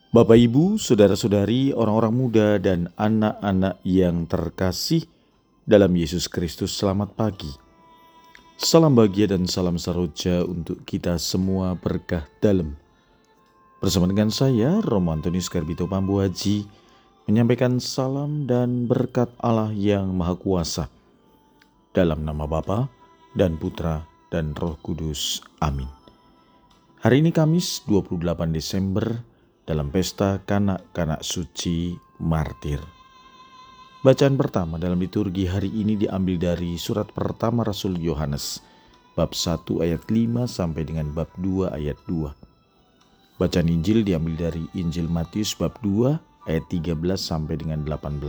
Bapak, Ibu, saudara-saudari, orang-orang muda, dan anak-anak yang terkasih dalam Yesus Kristus, selamat pagi. Salam bahagia dan salam saroja untuk kita semua, berkah dalam. Bersama dengan saya, Romo Antonius Garbito Pambu Haji, menyampaikan salam dan berkat Allah yang Maha Kuasa. Dalam nama Bapa dan Putra dan Roh Kudus. Amin. Hari ini Kamis 28 Desember dalam pesta Kanak-kanak Suci Martir. Bacaan pertama dalam liturgi hari ini diambil dari surat pertama Rasul Yohanes, bab 1 ayat 5 sampai dengan bab 2 ayat 2. Bacaan Injil diambil dari Injil Matius bab 2 ayat 13 sampai dengan 18.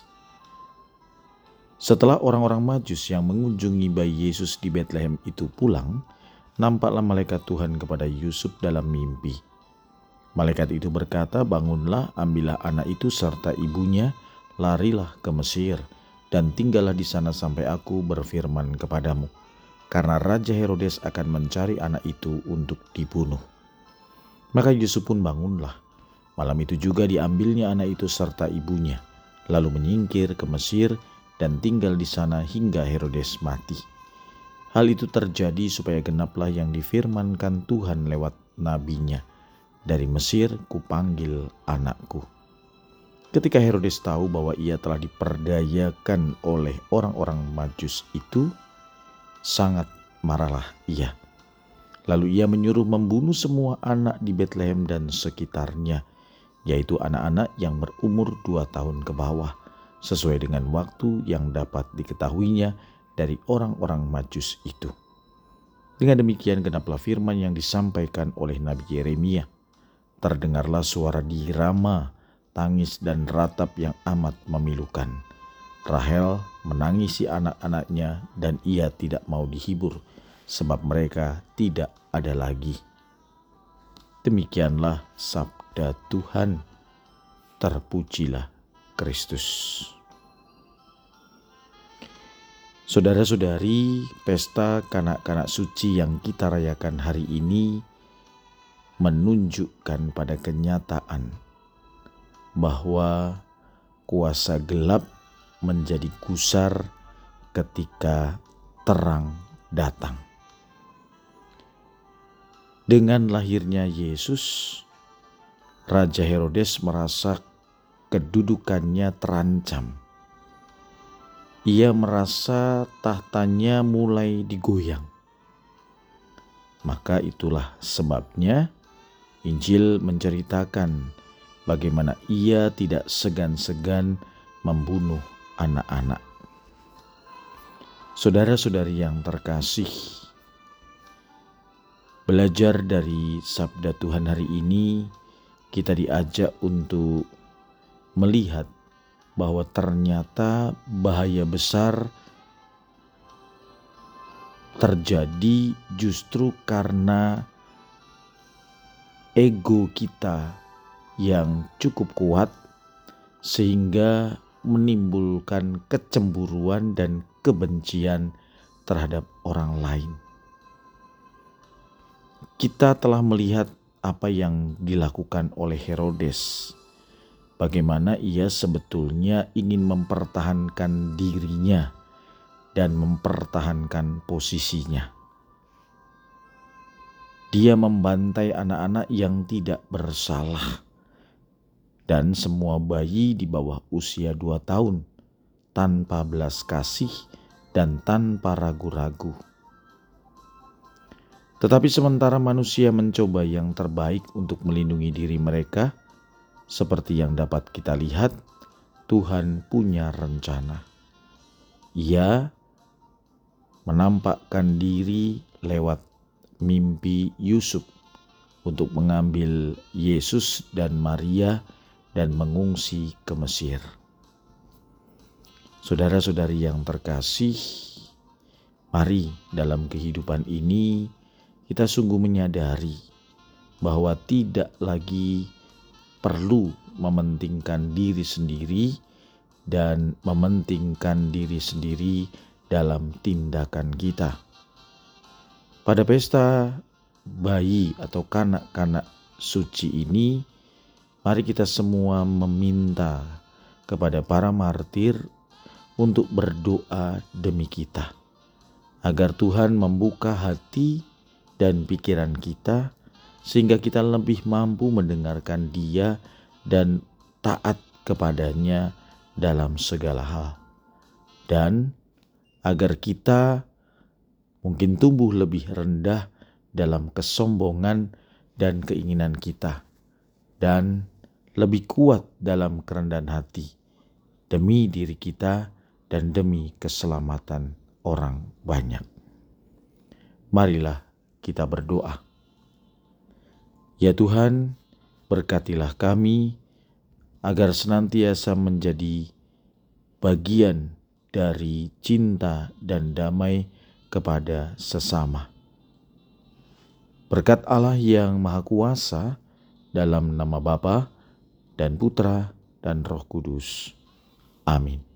Setelah orang-orang Majus yang mengunjungi bayi Yesus di Betlehem itu pulang, nampaklah malaikat Tuhan kepada Yusuf dalam mimpi. Malaikat itu berkata, "Bangunlah, ambillah anak itu serta ibunya, larilah ke Mesir, dan tinggallah di sana sampai aku berfirman kepadamu. Karena Raja Herodes akan mencari anak itu untuk dibunuh." Maka Yusuf pun bangunlah. Malam itu juga diambilnya anak itu serta ibunya, lalu menyingkir ke Mesir dan tinggal di sana hingga Herodes mati. Hal itu terjadi supaya genaplah yang difirmankan Tuhan lewat nabinya, "Dari Mesir kupanggil anakku." Ketika Herodes tahu bahwa ia telah diperdayakan oleh orang-orang Majus itu, sangat marahlah ia. Lalu ia menyuruh membunuh semua anak di Betlehem dan sekitarnya, yaitu anak-anak yang berumur 2 tahun ke bawah, sesuai dengan waktu yang dapat diketahuinya dari orang-orang Majus itu. Dengan demikian genaplah firman yang disampaikan oleh Nabi Yeremia. Terdengarlah suara di Rama, tangis dan ratap yang amat memilukan. Rahel menangisi anak-anaknya dan ia tidak mau dihibur, sebab mereka tidak ada lagi. Demikianlah sabda Tuhan. Terpujilah Kristus. Saudara-saudari, pesta Kanak-kanak Suci yang kita rayakan hari ini menunjukkan pada kenyataan bahwa kuasa gelap menjadi gusar ketika terang datang. Dengan lahirnya Yesus, Raja Herodes merasa kedudukannya terancam. Ia merasa tahtanya mulai digoyang. Maka itulah sebabnya Injil menceritakan bagaimana ia tidak segan-segan membunuh anak-anak. Saudara-saudari yang terkasih, belajar dari sabda Tuhan hari ini, kita diajak untuk melihat bahwa ternyata bahaya besar terjadi justru karena ego kita yang cukup kuat, sehingga menimbulkan kecemburuan dan kebencian terhadap orang lain. Kita telah melihat apa yang dilakukan oleh Herodes, bagaimana ia sebetulnya ingin mempertahankan dirinya dan mempertahankan posisinya. Dia membantai anak-anak yang tidak bersalah dan semua bayi di bawah usia 2 tahun tanpa belas kasih dan tanpa ragu-ragu. Tetapi sementara manusia mencoba yang terbaik untuk melindungi diri mereka, seperti yang dapat kita lihat, Tuhan punya rencana. Ia menampakkan diri lewat mimpi Yusuf untuk mengambil Yesus dan Maria dan mengungsi ke Mesir. Saudara-saudari yang terkasih, mari dalam kehidupan ini kita sungguh menyadari bahwa tidak lagi perlu mementingkan diri sendiri dan mementingkan diri sendiri dalam tindakan kita. Pada pesta bayi atau kanak-kanak suci ini, Mari kita semua meminta kepada para martir untuk berdoa demi kita, agar Tuhan membuka hati dan pikiran kita, sehingga kita lebih mampu mendengarkan Dia dan taat kepadanya dalam segala hal. Dan agar kita mungkin tumbuh lebih rendah dalam kesombongan dan keinginan kita, dan lebih kuat dalam kerendahan hati demi diri kita dan demi keselamatan orang banyak. Marilah kita berdoa. Ya Tuhan, berkatilah kami agar senantiasa menjadi bagian dari cinta dan damai kepada sesama. Berkat Allah yang Maha Kuasa, dalam nama Bapa dan Putra dan Roh Kudus. Amin.